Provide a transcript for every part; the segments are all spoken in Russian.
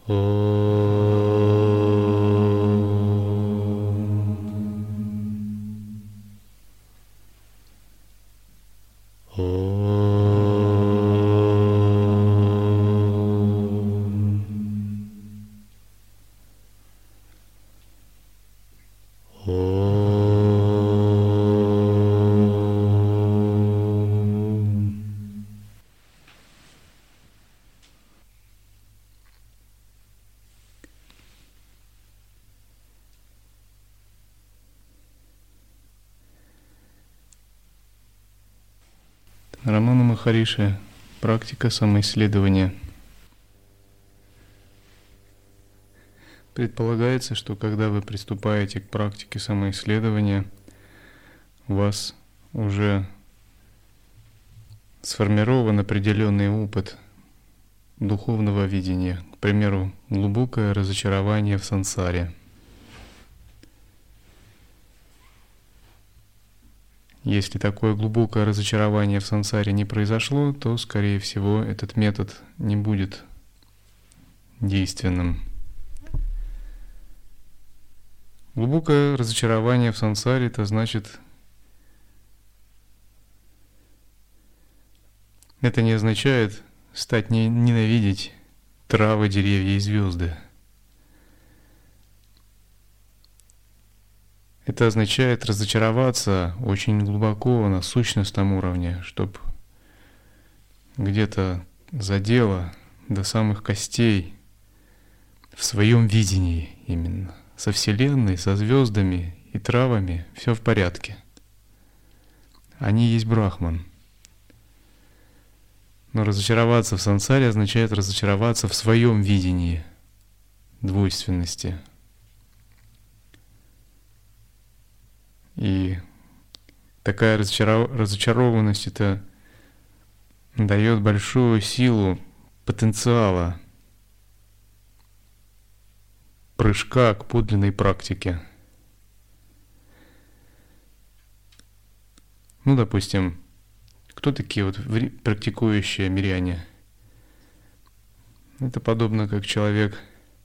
Рамана Махариши. Практика самоисследования. Предполагается, что когда вы приступаете к практике самоисследования, у вас уже сформирован определенный опыт духовного видения, к примеру, глубокое разочарование в сансаре. Если такое глубокое разочарование в сансаре не произошло, то, скорее всего, этот метод не будет действенным. Глубокое разочарование в сансаре — это значит, это не означает стать ненавидеть травы, деревья и звезды. Это означает разочароваться очень глубоко на сущностном уровне, чтобы где-то задело до самых костей в своем видении именно. Со Вселенной, со звездами и травами все в порядке. Они есть Брахман. Но разочароваться в сансаре означает разочароваться в своем видении двойственности. И такая разочарованность это дает большую силу потенциала прыжка к подлинной практике. Ну, допустим, кто такие вот практикующие миряне? Это подобно, как человек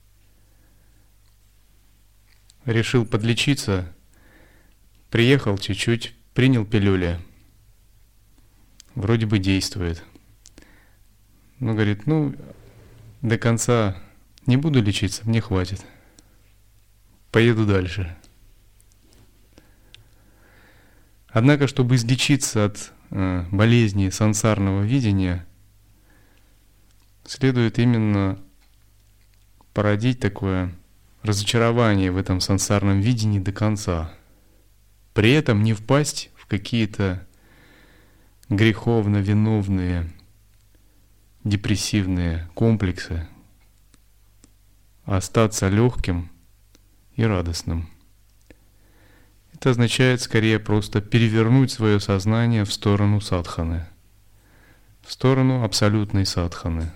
решил подлечиться, приехал чуть-чуть, принял пилюли, вроде бы действует. Но говорит, до конца не буду лечиться, мне хватит. Поеду дальше. Однако, чтобы излечиться от болезни сансарного видения, следует именно породить такое разочарование в этом сансарном видении до конца. При этом не впасть в какие-то греховно-виновные, депрессивные комплексы, а остаться легким и радостным. Это означает скорее просто перевернуть свое сознание в сторону садханы, в сторону абсолютной садханы.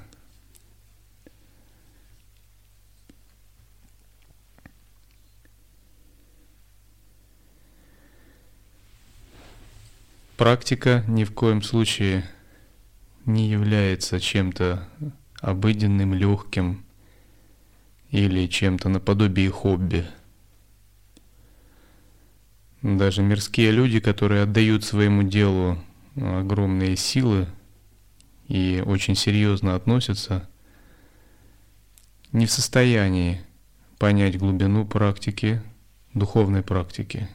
Практика ни в коем случае не является чем-то обыденным, легким или чем-то наподобие хобби. Даже мирские люди, которые отдают своему делу огромные силы и очень серьезно относятся, не в состоянии понять глубину практики, духовной практики.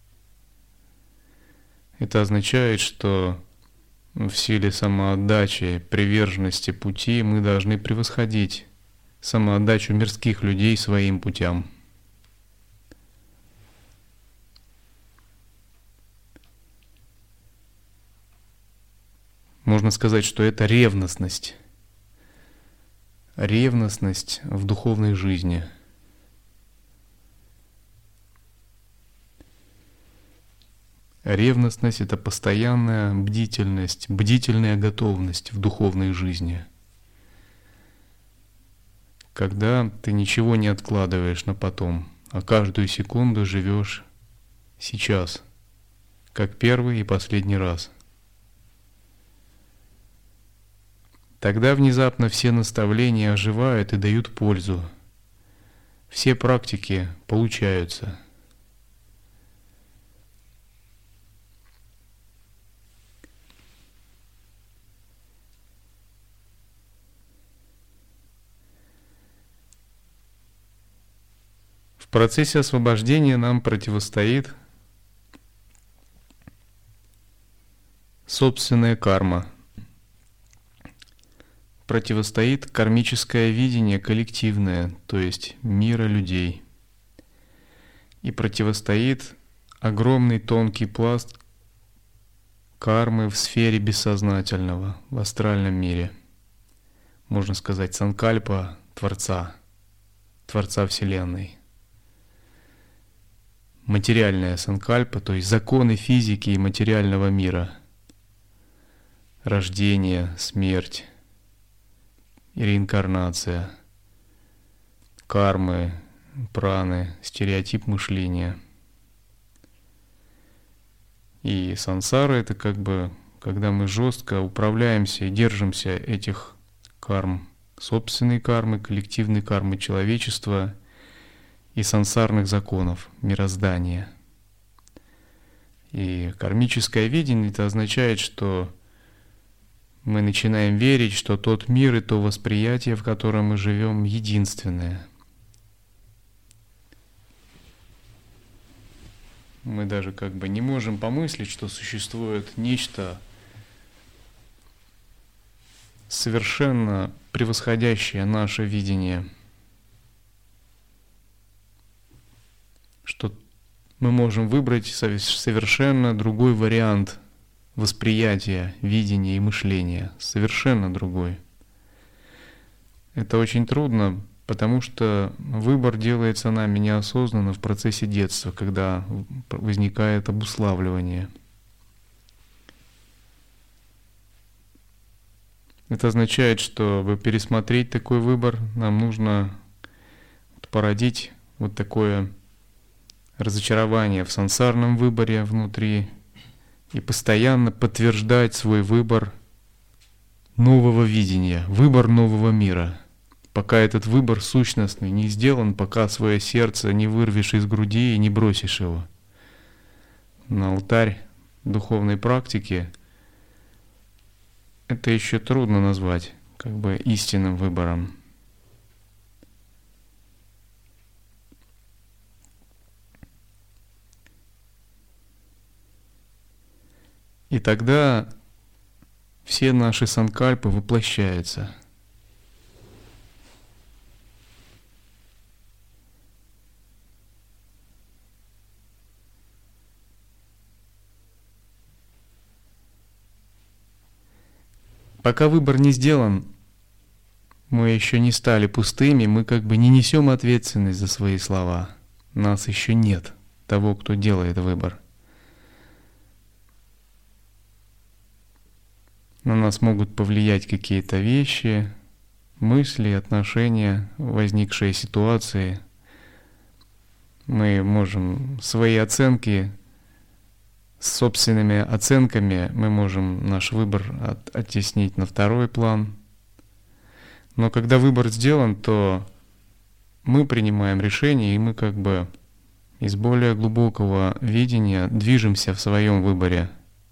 Это означает, что в силе самоотдачи, приверженности пути мы должны превосходить самоотдачу мирских людей своим путям. Можно сказать, что это ревностность. Ревностность в духовной жизни. Ревностность — это постоянная бдительность, бдительная готовность в духовной жизни. Когда ты ничего не откладываешь на потом, а каждую секунду живешь сейчас, как первый и последний раз. тогда внезапно все наставления оживают и дают пользу. Все практики получаются. В процессе освобождения нам противостоит собственная карма. Противостоит кармическое видение коллективное, то есть мира людей. И противостоит огромный тонкий пласт кармы в сфере бессознательного, в астральном мире. Можно сказать, санкальпа Творца Вселенной. Материальная санкальпа, то есть законы физики и материального мира. Рождение, смерть, реинкарнация, кармы, праны, стереотип мышления. И сансара — это как бы, когда мы жестко управляемся и держимся этих карм, собственной кармы, коллективной кармы человечества и сансарных законов мироздания. И кармическое видение — это означает, что мы начинаем верить, что тот мир и то восприятие, в котором мы живем, единственное. Мы даже как бы не можем помыслить, что существует нечто совершенно превосходящее наше видение, что мы можем выбрать совершенно другой вариант восприятия, видения и мышления, совершенно другой. Это очень трудно, потому что выбор делается нами неосознанно в процессе детства, когда возникает обуславливание. Это означает, чтобы пересмотреть такой выбор, нам нужно породить вот такое разочарование в сансарном выборе внутри и постоянно подтверждать свой выбор нового видения, выбор нового мира. Пока этот выбор сущностный не сделан, пока свое сердце не вырвешь из груди и не бросишь его на алтарь духовной практики, это еще трудно назвать как бы истинным выбором. И тогда все наши санкальпы воплощаются. Пока выбор не сделан, мы еще не стали пустыми, мы как бы не несем ответственность за свои слова. Нас еще нет, того, кто делает выбор. На нас могут повлиять какие-то вещи, мысли, отношения, возникшие ситуации. Мы можем свои оценки, с собственными оценками мы можем наш выбор оттеснить на второй план. Но когда выбор сделан, то мы принимаем решение, и мы как бы из более глубокого видения движемся в своем выборе.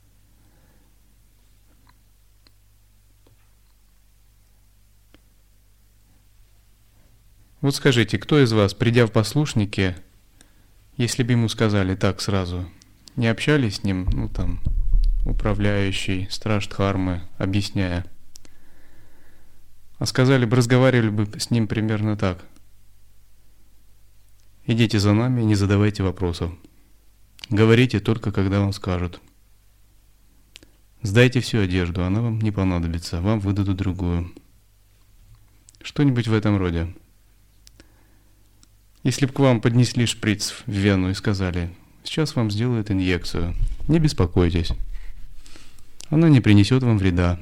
Вот скажите, кто из вас, придя в послушники, если бы ему сказали так сразу, не общались с ним, управляющий, страж Дхармы, объясняя, а сказали бы, разговаривали бы с ним примерно так: идите за нами, не задавайте вопросов, говорите только, когда вам скажут. Сдайте всю одежду, она вам не понадобится, вам выдадут другую. Что-нибудь в этом роде. Если бы к вам поднесли шприц в вену и сказали: сейчас вам сделают инъекцию, не беспокойтесь, она не принесет вам вреда.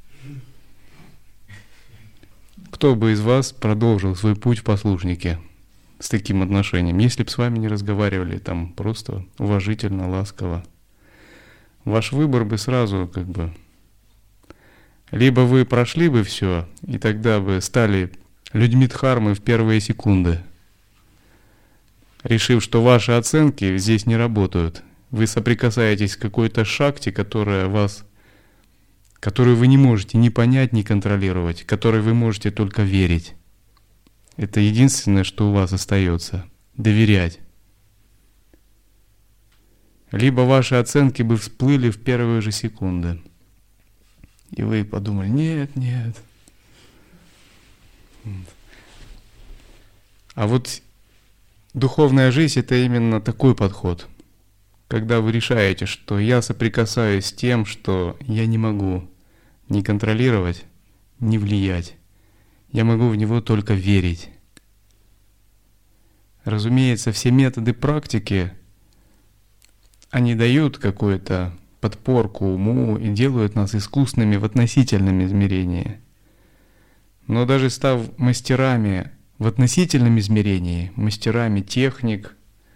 Кто бы из вас продолжил свой путь в послушнике с таким отношением, если бы с вами не разговаривали там просто уважительно, ласково? Ваш выбор бы сразу как бы Либо вы прошли бы все, и тогда бы стали людьми дхармы в первые секунды, решив, что ваши оценки здесь не работают. Вы соприкасаетесь с какой-то шакти, которую вы не можете ни понять, ни контролировать, которой вы можете только верить. Это единственное, что у вас остается — доверять. Либо ваши оценки бы всплыли в первые же секунды, и вы подумали: нет. А вот духовная жизнь — это именно такой подход, когда вы решаете, что я соприкасаюсь с тем, что я не могу ни контролировать, ни влиять. Я могу в него только верить. Разумеется, все методы практики, они дают какую-то подпорку уму и делают нас искусными в относительном измерении. Но даже став мастерами в относительном измерении, мастерами техник,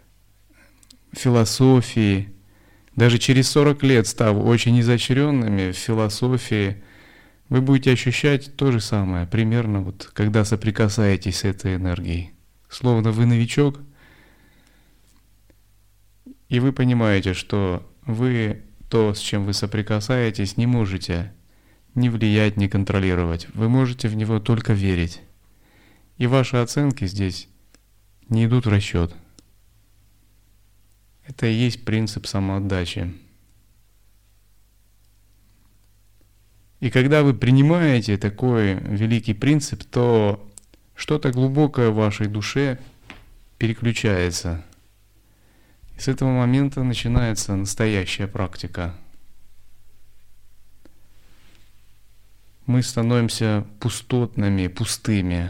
философии, даже через 40 лет став очень изощренными в философии, вы будете ощущать то же самое, примерно вот когда соприкасаетесь с этой энергией. Словно вы новичок, и вы понимаете, что вы то, с чем вы соприкасаетесь, не можете ни влиять, ни контролировать. Вы можете в него только верить. И ваши оценки здесь не идут в расчет. Это и есть принцип самоотдачи. И когда вы принимаете такой великий принцип, то что-то глубокое в вашей душе переключается. И с этого момента начинается настоящая практика. Мы становимся пустотными, пустыми.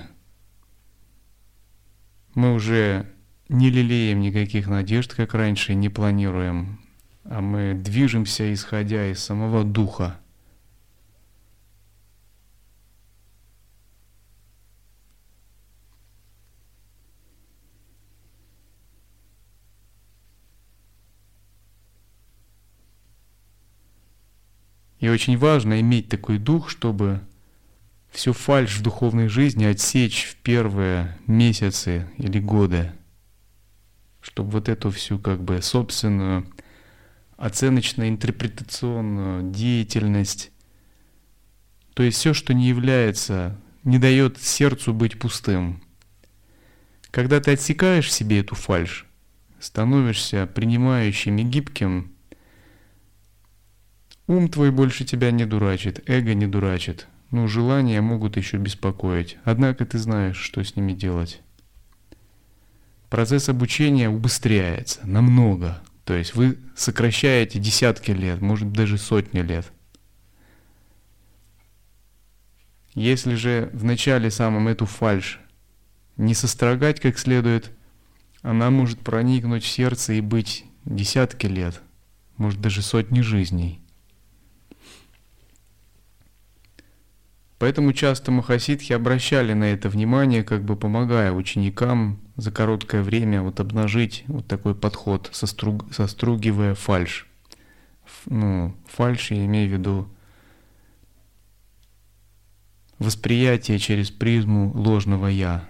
Мы уже не лелеем никаких надежд, как раньше, не планируем, а мы движемся, исходя из самого Духа. И очень важно иметь такой дух, чтобы всю фальшь в духовной жизни отсечь в первые месяцы или годы, чтобы вот эту всю собственную оценочно-интерпретационную деятельность, то есть все, что не дает сердцу быть пустым. Когда ты отсекаешь в себе эту фальшь, становишься принимающим и гибким, ум твой больше тебя не дурачит, эго не дурачит. Желания могут еще беспокоить, однако ты знаешь, что с ними делать. Процесс обучения убыстряется намного, то есть вы сокращаете десятки лет, может даже сотни лет. Если же в начале самом эту фальшь не сострогать как следует, она может проникнуть в сердце и быть десятки лет, может даже сотни жизней. Поэтому часто махасидхи обращали на это внимание, помогая ученикам за короткое время обнажить такой подход, состругивая фальшь. Фальшь, я имею в виду восприятие через призму ложного «я».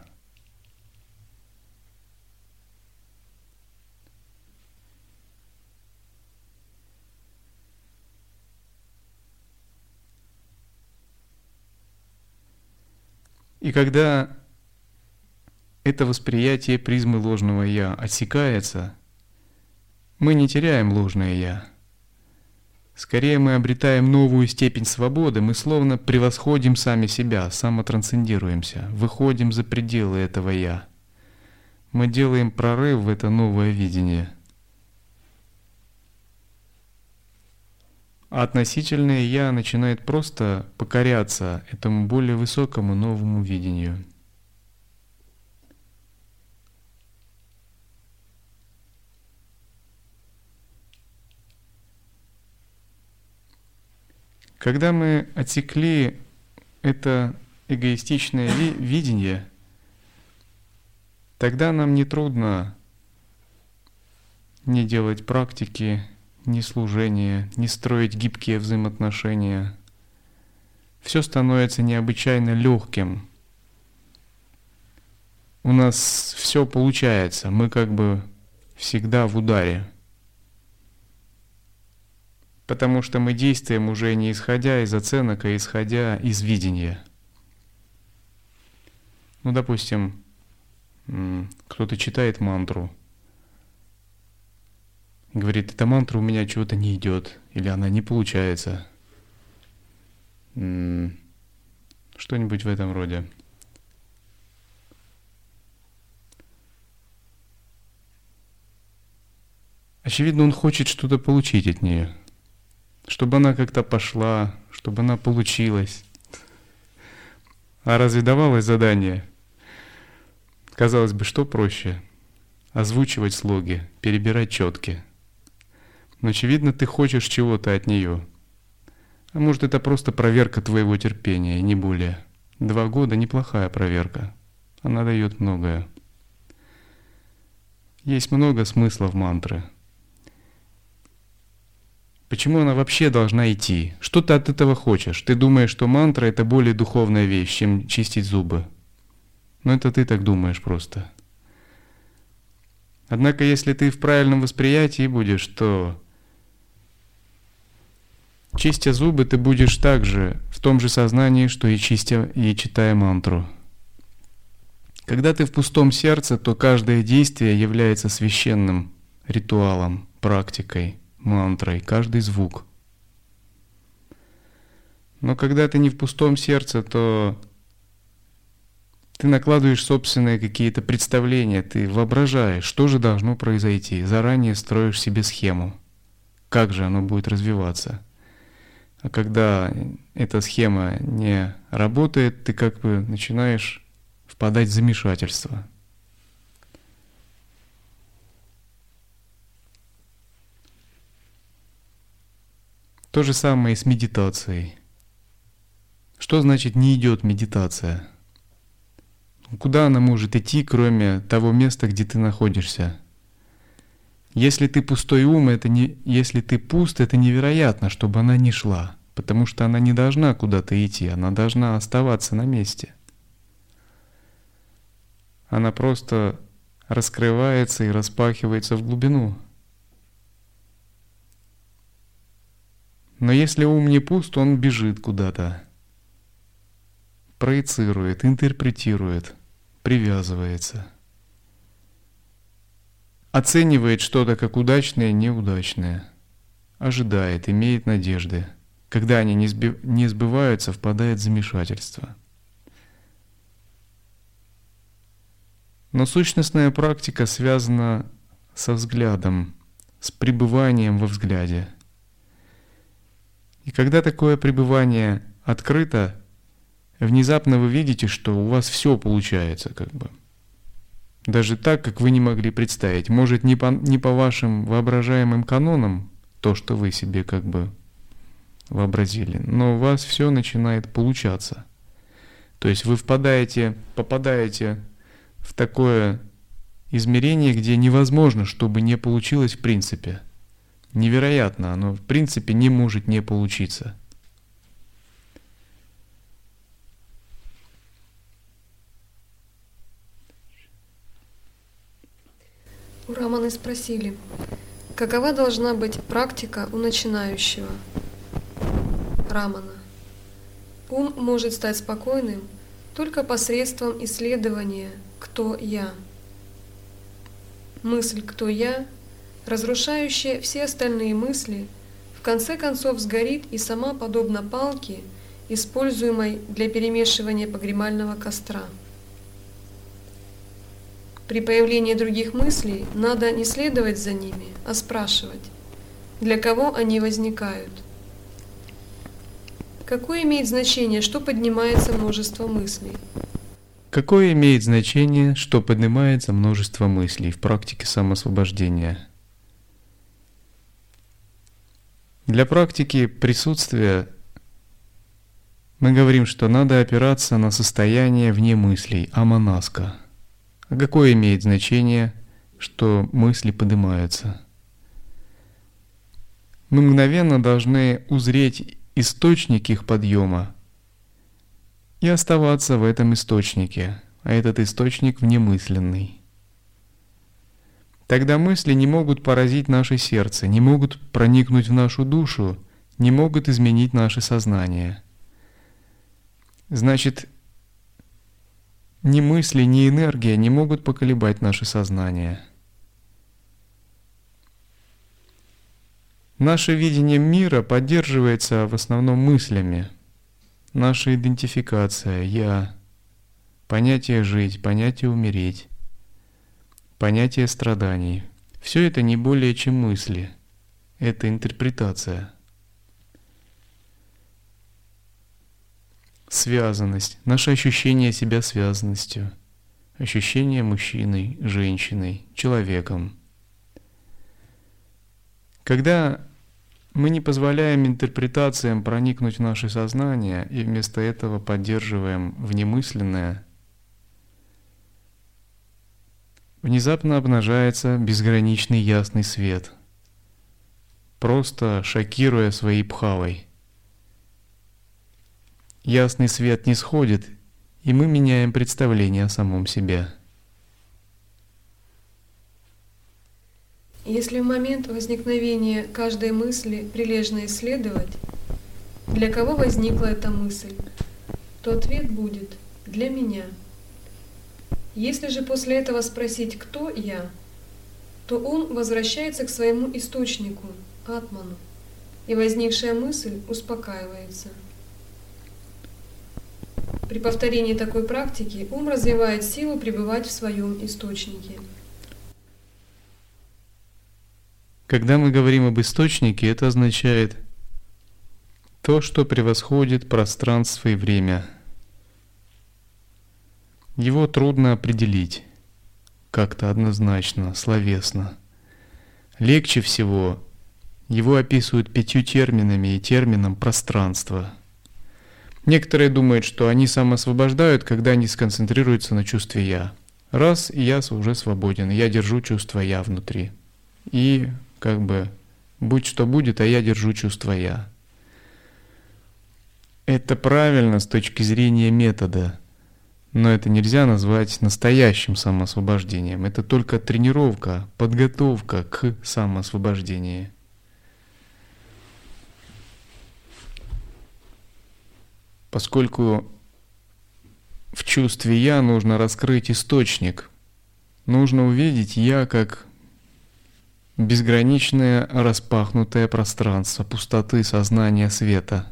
И когда это восприятие призмы ложного «я» отсекается, мы не теряем ложное «я». Скорее мы обретаем новую степень свободы, мы словно превосходим сами себя, самотрансцендируемся, выходим за пределы этого «я». Мы делаем прорыв в это новое видение. А относительное «я» начинает просто покоряться этому более высокому новому видению. Когда мы отсекли это эгоистичное видение, тогда нам не трудно не делать практики, ни служения, ни строить гибкие взаимоотношения. все становится необычайно легким. У нас все получается, мы как бы всегда в ударе. Потому что мы действуем уже не исходя из оценок, а исходя из видения. Ну, допустим, кто-то читает мантру, говорит, эта мантра у меня чего-то не идет, или она не получается. Что-нибудь в этом роде. Очевидно, он хочет что-то получить от нее, чтобы она как-то пошла, чтобы она получилась. А разве давалось задание? Казалось бы, что проще? Озвучивать слоги, перебирать четки. Но очевидно, ты хочешь чего-то от нее. А может, это просто проверка твоего терпения, и не более. 2 года — неплохая проверка. Она дает многое. Есть много смысла в мантре. Почему она вообще должна идти? Что ты от этого хочешь? Ты думаешь, что мантра — это более духовная вещь, чем чистить зубы. Но это ты так думаешь просто. Однако, если ты в правильном восприятии будешь, то, чистя зубы, ты будешь также в том же сознании, что и читая мантру. Когда ты в пустом сердце, то каждое действие является священным ритуалом, практикой, мантрой, каждый звук. Но когда ты не в пустом сердце, то ты накладываешь собственные какие-то представления, ты воображаешь, что же должно произойти, заранее строишь себе схему, как же оно будет развиваться. А когда эта схема не работает, ты как бы начинаешь впадать в замешательство. То же самое и с медитацией. Что значит не идет медитация? Куда она может идти, кроме того места, где ты находишься? Если ты пустой ум, если ты пуст, это невероятно, чтобы она не шла, потому что она не должна куда-то идти, она должна оставаться на месте. Она просто раскрывается и распахивается в глубину. Но если ум не пуст, он бежит куда-то, проецирует, интерпретирует, привязывается, оценивает что-то как удачное, неудачное, ожидает, имеет надежды. Когда они не сбываются, впадает в замешательство. Но сущностная практика связана со взглядом, с пребыванием во взгляде. И когда такое пребывание открыто, внезапно вы видите, что у вас все получается как бы. Даже так, как вы не могли представить. Может, не по вашим воображаемым канонам, то, что вы себе как бы вообразили, но у вас все начинает получаться. То есть вы попадаете в такое измерение, где невозможно, чтобы не получилось в принципе. Невероятно, оно в принципе не может не получиться. У Раманы спросили, какова должна быть практика у начинающего? Рамана. Ум может стать спокойным только посредством исследования «Кто я?». Мысль «Кто я?», разрушающая все остальные мысли, в конце концов сгорит и сама, подобно палке, используемой для перемешивания погремального костра. При появлении других мыслей надо не следовать за ними, а спрашивать, для кого они возникают. Какое имеет значение, что поднимается множество мыслей? Какое имеет значение, что поднимается множество мыслей в практике самоосвобождения? Для практики присутствия мы говорим, что надо опираться на состояние вне мыслей, аманаска. А какое имеет значение, что мысли поднимаются? Мы мгновенно должны узреть источник их подъема и оставаться в этом источнике, а этот источник внемысленный. Тогда мысли не могут поразить наше сердце, не могут проникнуть в нашу душу, не могут изменить наше сознание. Значит, ни мысли, ни энергия не могут поколебать наше сознание. Наше видение мира поддерживается в основном мыслями. Наша идентификация, я, понятие жить, понятие умереть, понятие страданий. Все это не более чем мысли. Это интерпретация. Связанность, наше ощущение себя связанностью, ощущение мужчиной, женщиной, человеком. Когда мы не позволяем интерпретациям проникнуть в наше сознание и вместо этого поддерживаем внемысленное, внезапно обнажается безграничный ясный свет, просто шокируя своей пхавой. Ясный свет не сходит, и мы меняем представление о самом себе. Если в момент возникновения каждой мысли прилежно исследовать, для кого возникла эта мысль, то ответ будет «для меня». Если же после этого спросить «кто я?», то ум возвращается к своему источнику, атману, и возникшая мысль успокаивается. При повторении такой практики ум развивает силу пребывать в своем источнике. Когда мы говорим об источнике, это означает то, что превосходит пространство и время. Его трудно определить как-то однозначно, словесно. Легче всего его описывают 5 терминами и термином «пространство». Некоторые думают, что они самоосвобождают, когда они сконцентрируются на чувстве «я». Раз, и я уже свободен, я держу чувство «я» внутри. И как бы будь что будет, а я держу чувство «я». Это правильно с точки зрения метода, но это нельзя назвать настоящим самоосвобождением. Это только тренировка, подготовка к самоосвобождению. Поскольку в чувстве «я» нужно раскрыть источник, нужно увидеть «я» как безграничное распахнутое пространство пустоты, сознания, света.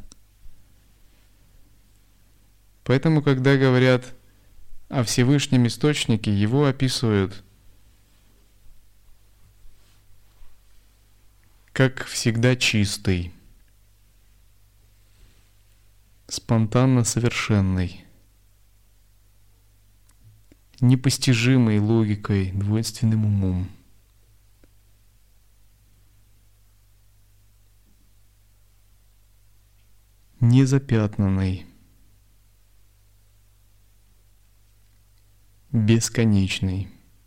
Поэтому, когда говорят о Всевышнем Источнике, его описывают как всегда чистый, спонтанно совершенный, непостижимой логикой, двойственным умом. Незапятнанный, бесконечный.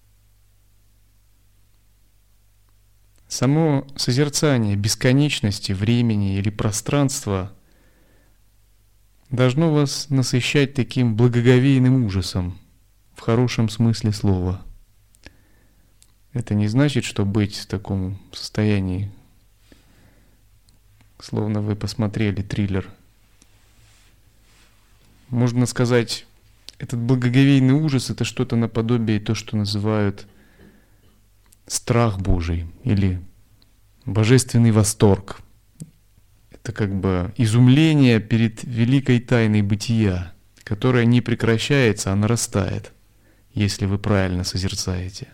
Само созерцание бесконечности времени или пространства должно вас насыщать таким благоговейным ужасом, в хорошем смысле слова. Это не значит, что быть в таком состоянии, словно вы посмотрели триллер. Можно сказать, этот благоговейный ужас — это что-то наподобие то, что называют страх Божий или божественный восторг. Это как бы изумление перед великой тайной бытия, которая не прекращается, а нарастает, если вы правильно созерцаете.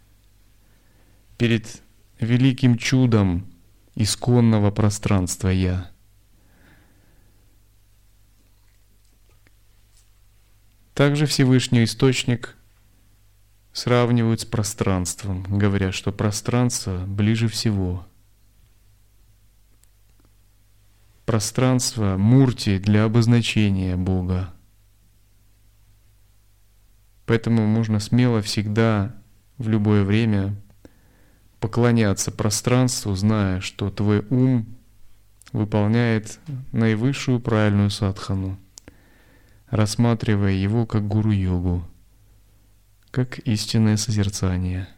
Перед великим чудом исконного пространства «Я». Также Всевышний Источник сравнивают с пространством, говоря, что пространство ближе всего. Пространство мурти для обозначения Бога. Поэтому можно смело всегда, в любое время, поклоняться пространству, зная, что твой ум выполняет наивысшую правильную садхану. рассматривая его как гуру-йогу, как истинное созерцание.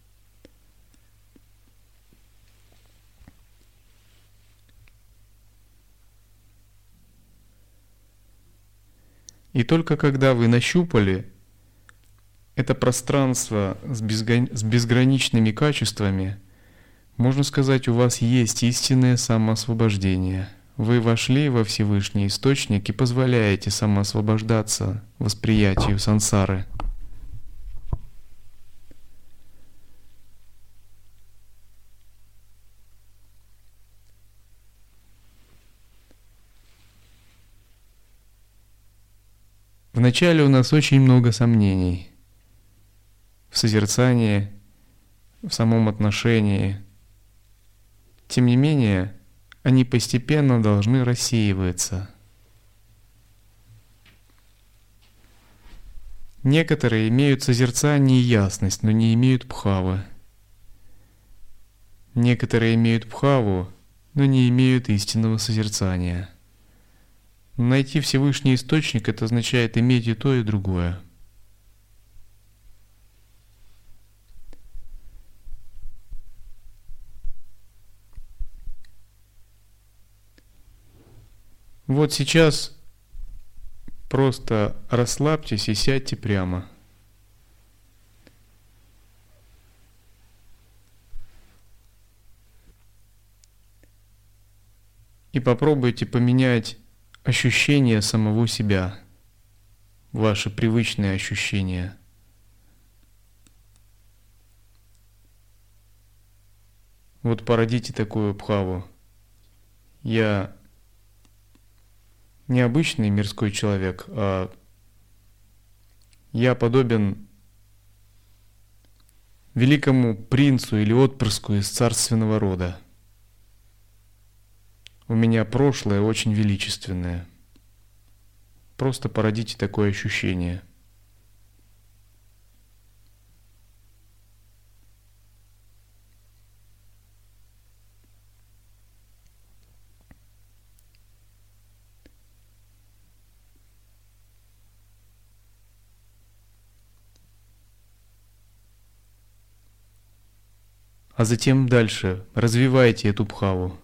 И только когда вы нащупали это пространство с безграничными качествами, можно сказать, у вас есть истинное самоосвобождение. Вы вошли во Всевышний Источник и позволяете самоосвобождаться восприятию сансары. Вначале у нас очень много сомнений в созерцании, в самом отношении. Тем не менее, они постепенно должны рассеиваться. Некоторые имеют созерцание и ясность, но не имеют бхавы. Некоторые имеют бхаву, но не имеют истинного созерцания. Найти Всевышний Источник — это означает иметь и то, и другое. Вот сейчас просто расслабьтесь и сядьте прямо. И попробуйте поменять ощущение самого себя, ваши привычные ощущения. Вот породите такую бхаву. Я не обычный мирской человек, а я подобен великому принцу или отпрыску из царственного рода. У меня прошлое очень величественное. Просто породите такое ощущение. А затем дальше развивайте эту бхаву.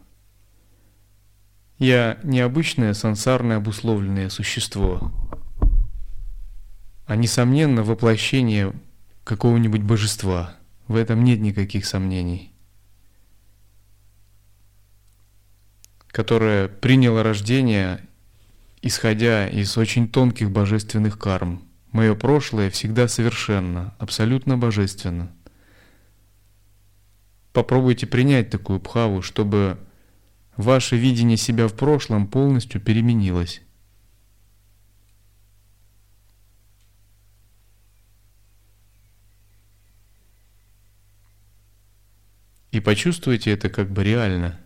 Я необычное сансарное обусловленное существо, а несомненно воплощение какого-нибудь божества. В этом нет никаких сомнений. Которое приняло рождение, исходя из очень тонких божественных карм. Мое прошлое всегда совершенно, абсолютно божественно. Попробуйте принять такую бхаву, чтобы ваше видение себя в прошлом полностью переменилось. И почувствуйте это как бы реально.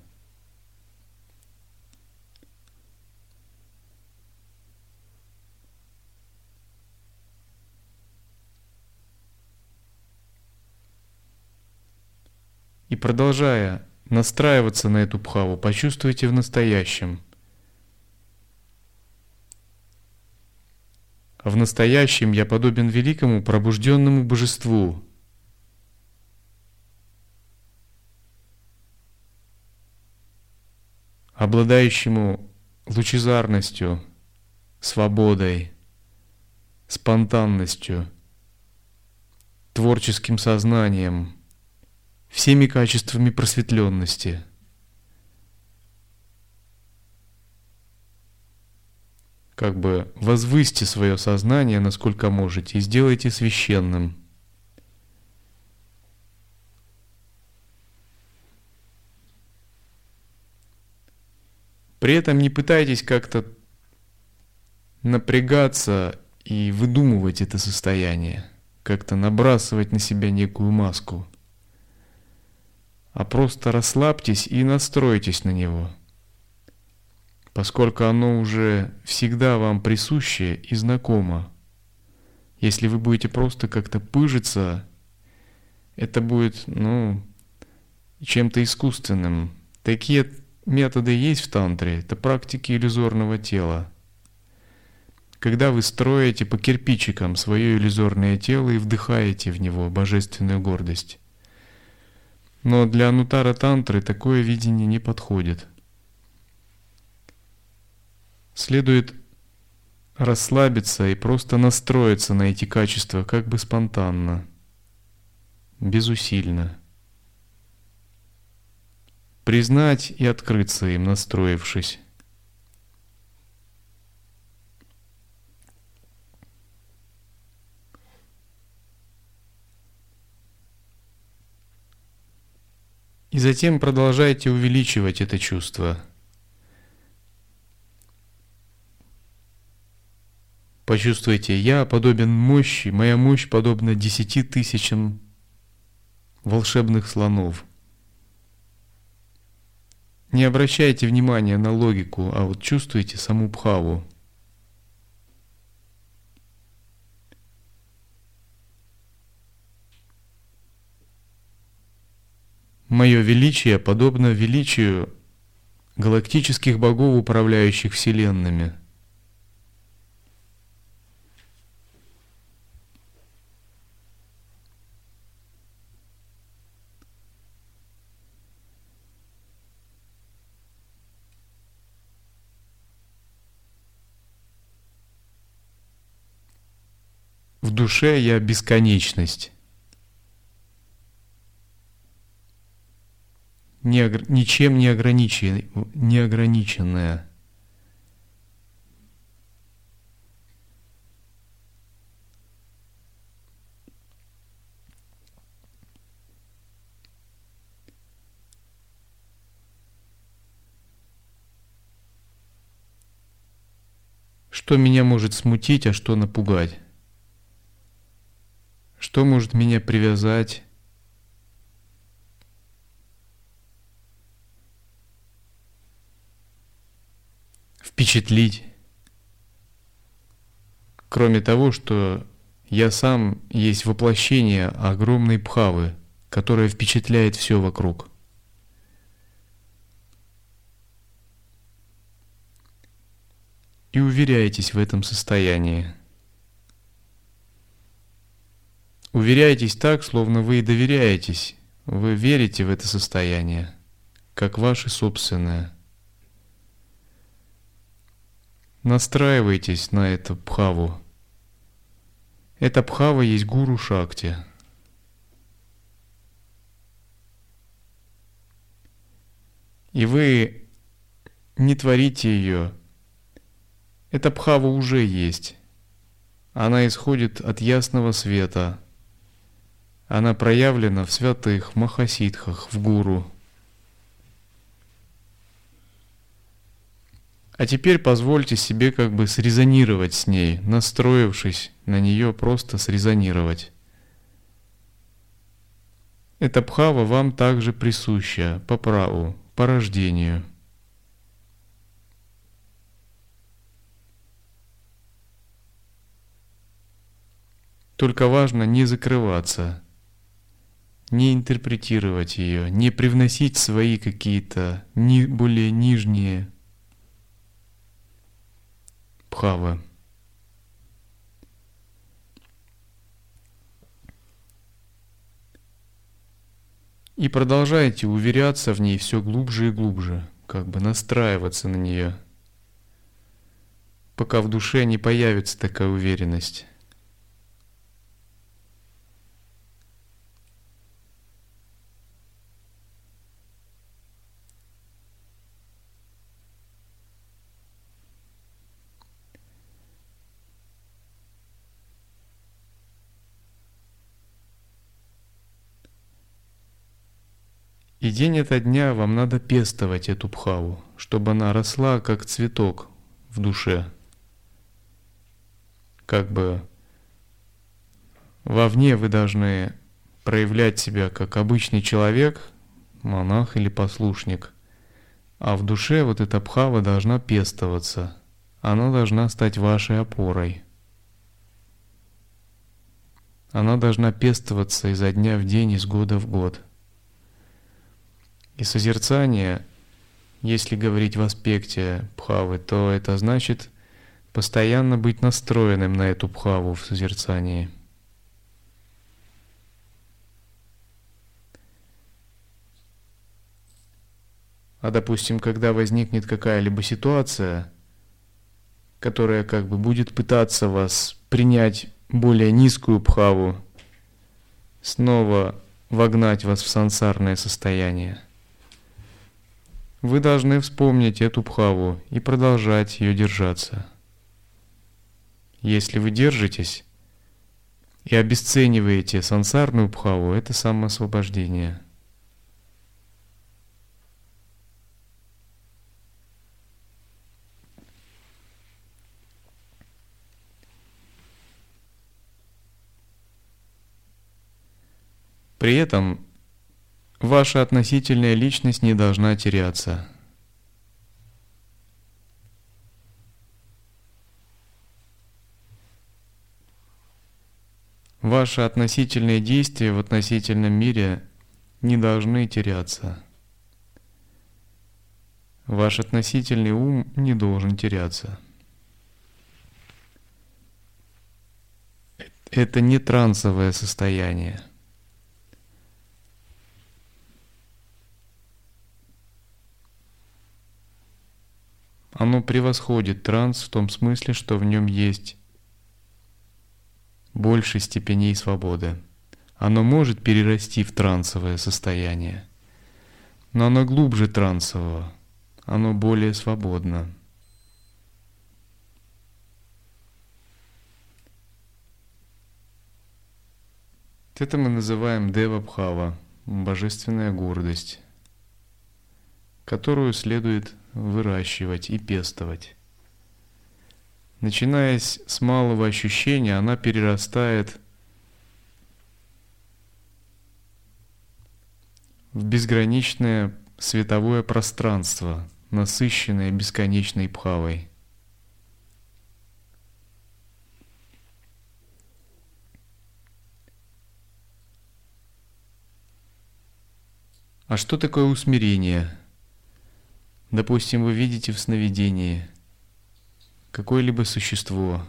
И продолжая настраиваться на эту бхаву, почувствуйте в настоящем. А в настоящем я подобен великому пробужденному божеству. Обладающему лучезарностью, свободой, спонтанностью, творческим сознанием, всеми качествами просветленности. Как бы возвысьте свое сознание, насколько можете, и сделайте священным. При этом не пытайтесь как-то напрягаться и выдумывать это состояние, как-то набрасывать на себя некую маску. А просто расслабьтесь и настройтесь на него, поскольку оно уже всегда вам присуще и знакомо. Если вы будете просто как-то пыжиться, это будет, чем-то искусственным. Такие методы есть в тантре, это практики иллюзорного тела, когда вы строите по кирпичикам свое иллюзорное тело и вдыхаете в него божественную гордость. Но для Анутара Тантры такое видение не подходит. Следует расслабиться и просто настроиться на эти качества как бы спонтанно, безусильно. Признать и открыться им, настроившись. И затем продолжайте увеличивать это чувство. Почувствуйте, я подобен мощи, моя мощь подобна 10 000 волшебных слонов. Не обращайте внимания на логику, а вот чувствуйте саму бхаву. Мое величие подобно величию галактических богов, управляющих вселенными. В душе я бесконечность, ничем не ограниченная. Что меня может смутить, а что напугать? Что может меня привязать? Впечатлить? Кроме того, что я сам есть воплощение огромной бхавы, которая впечатляет все вокруг. И уверяйтесь в этом состоянии. Уверяйтесь так, словно вы и доверяетесь, вы верите в это состояние, как ваше собственное. Настраивайтесь на эту бхаву. Эта бхава есть гуру Шакти. И вы не творите ее. Эта бхава уже есть. Она исходит от ясного света. Она проявлена в святых, махасидхах, в гуру. А теперь позвольте себе как бы срезонировать с ней, настроившись на нее, просто срезонировать. Эта бхава вам также присуща по праву, по рождению. Только важно не закрываться, не интерпретировать ее, не привносить свои какие-то более нижние бхавы. И продолжайте уверяться в ней все глубже и глубже, как бы настраиваться на нее, пока в душе не появится такая уверенность. И день ото дня вам надо пестовать эту бхаву, чтобы она росла как цветок в душе. Как бы вовне вы должны проявлять себя как обычный человек, монах или послушник, а в душе вот эта бхава должна пестоваться, она должна стать вашей опорой. Она должна пестоваться изо дня в день, из года в год. И созерцание, если говорить в аспекте бхавы, то это значит постоянно быть настроенным на эту бхаву в созерцании. А допустим, когда возникнет какая-либо ситуация, которая как бы будет пытаться вас принять более низкую бхаву, снова вогнать вас в сансарное состояние, вы должны вспомнить эту бхаву и продолжать ее держаться. Если вы держитесь и обесцениваете сансарную бхаву, это самоосвобождение. При этом ваша относительная личность не должна теряться. Ваши относительные действия в относительном мире не должны теряться. Ваш относительный ум не должен теряться. Это не трансовое состояние. Оно превосходит транс в том смысле, что в нем есть больше степеней свободы. Оно может перерасти в трансовое состояние, но оно глубже трансового, оно более свободно. Это мы называем дева-бхава, божественная гордость, которую следует выращивать и пестовать. Начиная с малого ощущения, она перерастает в безграничное световое пространство, насыщенное бесконечной бхавой. А что такое усмирение? Допустим, вы видите в сновидении какое-либо существо,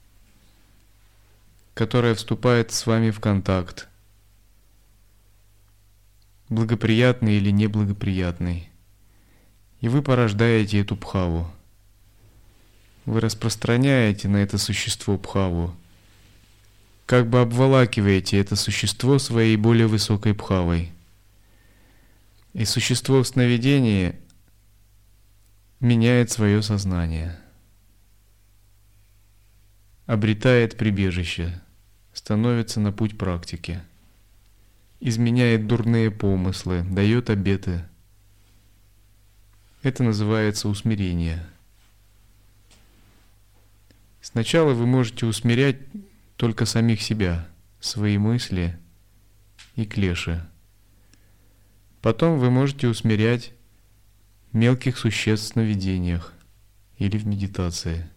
которое вступает с вами в контакт, благоприятный или неблагоприятный, и вы порождаете эту бхаву. Вы распространяете на это существо бхаву, как бы обволакиваете это существо своей более высокой бхавой. И существо в сновидении меняет свое сознание, обретает прибежище, становится на путь практики, изменяет дурные помыслы, дает обеты. Это называется усмирение. Сначала вы можете усмирять только самих себя, свои мысли и клеши. Потом вы можете усмирять мелких существ в сновидениях или в медитации.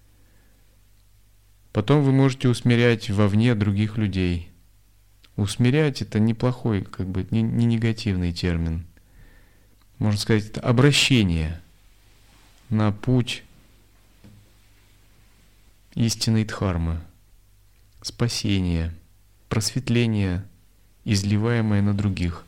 Потом вы можете усмирять вовне других людей. Усмирять — это неплохой, не негативный термин. Можно сказать, это обращение на путь истинной дхармы, спасения, просветления, изливаемое на других.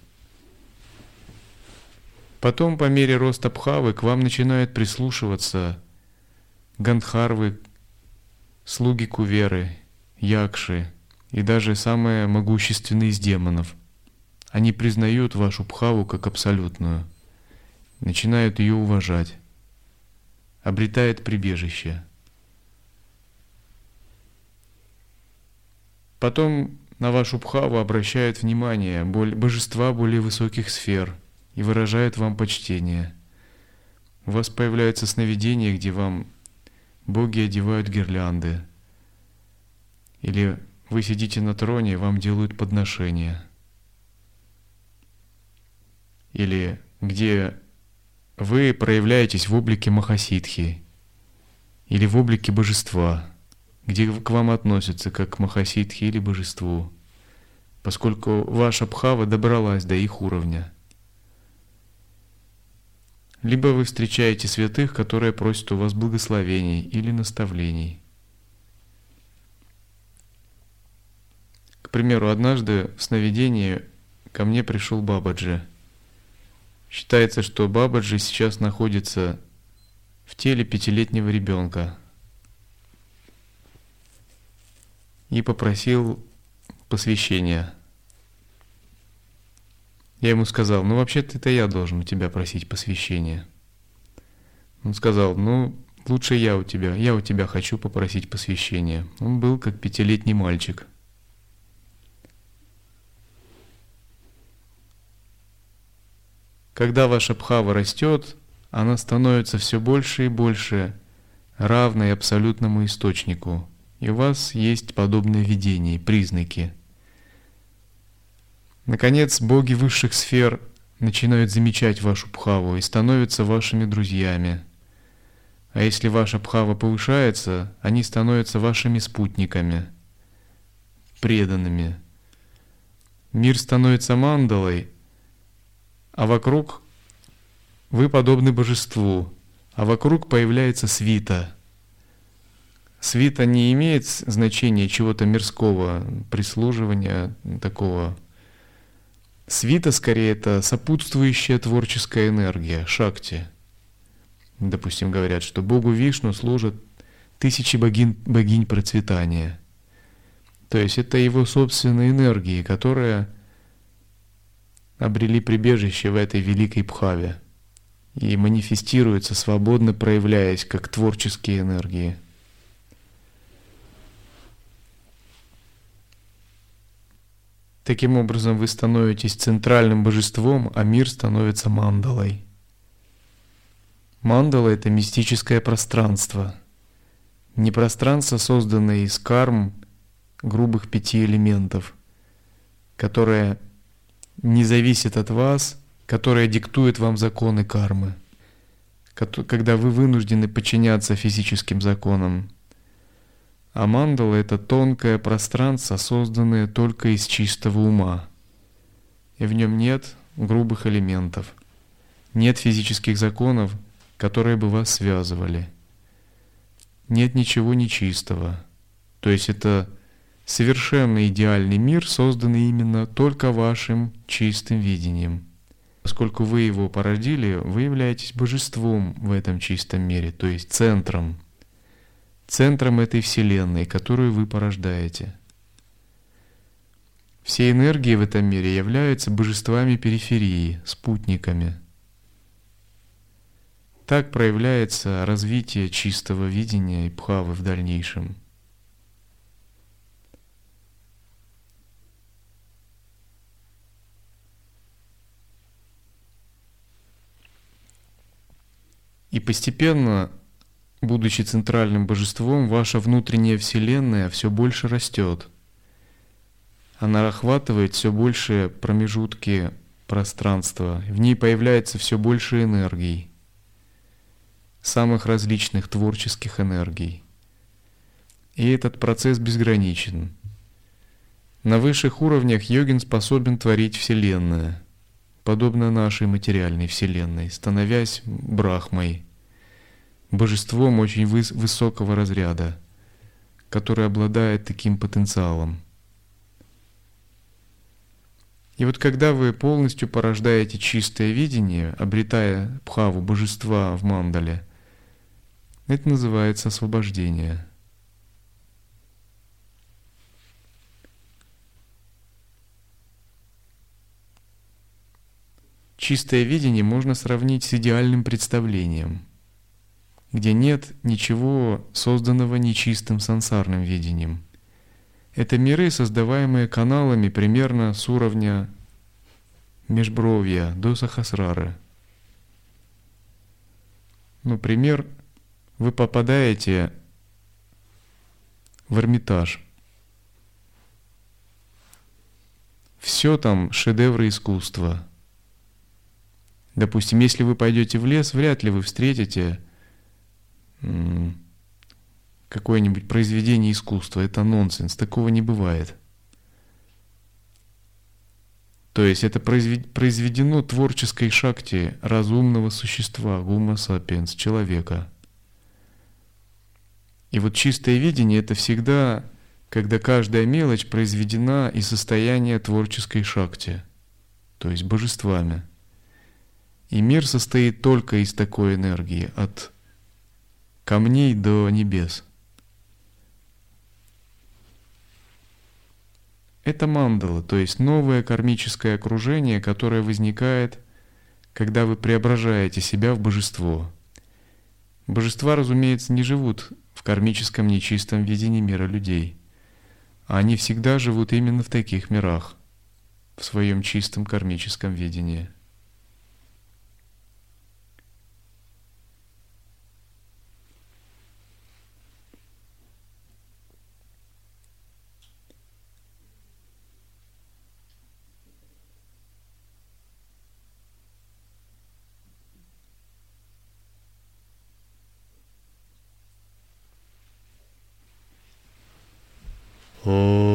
Потом, по мере роста бхавы, к вам начинают прислушиваться гандхарвы, слуги Куверы, якши и даже самые могущественные из демонов. Они признают вашу бхаву как абсолютную, начинают ее уважать, обретает прибежище. Потом на вашу бхаву обращают внимание божества более высоких сфер и выражают вам почтение. У вас появляются сновидения, где вам боги одевают гирлянды. Или вы сидите на троне, вам делают подношения. Или где вы проявляетесь в облике Махасидхи или в облике божества, где к вам относятся как к Махасидхи или божеству, поскольку ваша бхава добралась до их уровня. либо вы встречаете святых, которые просят у вас благословений или наставлений. К примеру, однажды в сновидении ко мне пришел Бабаджи. Считается, что Бабаджи сейчас находится в теле 5-летнего ребенка и попросил посвящения. Я ему сказал: ну вообще-то это я должен у тебя просить посвящения. Он сказал: ну лучше я у тебя хочу попросить посвящения. Он был как 5-летний мальчик. Когда ваша бхава растет, она становится все больше и больше равной абсолютному источнику. И у вас есть подобные видения, признаки. Наконец, боги высших сфер начинают замечать вашу бхаву и становятся вашими друзьями. А если ваша бхава повышается, они становятся вашими спутниками, преданными. Мир становится мандалой, а вокруг вы подобны божеству, а вокруг появляется свита. Свита не имеет значения чего-то мирского, прислуживания такого. Свита, скорее, это сопутствующая творческая энергия, шакти. Допустим, говорят, что Богу Вишну служат 1000 богинь процветания. То есть это его собственные энергии, которые обрели прибежище в этой великой бхаве и манифестируются, свободно проявляясь, как творческие энергии. Таким образом, вы становитесь центральным божеством, а мир становится мандалой. Мандала — это мистическое пространство. Не пространство, созданное из карм грубых 5 элементов, которое не зависит от вас, которое диктует вам законы кармы, когда вы вынуждены подчиняться физическим законам. А мандала — это тонкое пространство, созданное только из чистого ума. И в нем нет грубых элементов, нет физических законов, которые бы вас связывали. Нет ничего нечистого. То есть это совершенно идеальный мир, созданный именно только вашим чистым видением. Поскольку вы его породили, вы являетесь божеством в этом чистом мире, то есть центром этой вселенной, которую вы порождаете. Все энергии в этом мире являются божествами периферии, спутниками. Так проявляется развитие чистого видения и бхавы в дальнейшем. И постепенно, будучи центральным божеством, ваша внутренняя вселенная все больше растет. Она охватывает все больше промежутки пространства, в ней появляется все больше энергий, самых различных творческих энергий. И этот процесс безграничен. На высших уровнях йогин способен творить вселенную, подобно нашей материальной вселенной, становясь брахмой, божеством очень высокого разряда, который обладает таким потенциалом. И вот когда вы полностью порождаете чистое видение, обретая бхаву божества в мандале, это называется освобождение. Чистое видение можно сравнить с идеальным представлением, где нет ничего созданного нечистым сансарным видением. Это миры, создаваемые каналами примерно с уровня межбровья до Сахасрары. Например, вы попадаете в Эрмитаж. Все там шедевры искусства. Допустим, если вы пойдете в лес, вряд ли вы встретите какое-нибудь произведение искусства. Это нонсенс, такого не бывает. То есть это произведено творческой шакти разумного существа, Homo sapiens, человека. И вот чистое видение — это всегда, когда каждая мелочь произведена из состояния творческой шакти, то есть божествами. И мир состоит только из такой энергии, от камней до небес. Это мандала, то есть новое кармическое окружение, которое возникает, когда вы преображаете себя в божество. Божества, разумеется, не живут в кармическом нечистом видении мира людей. А они всегда живут именно в таких мирах, в своем чистом кармическом видении. Oh.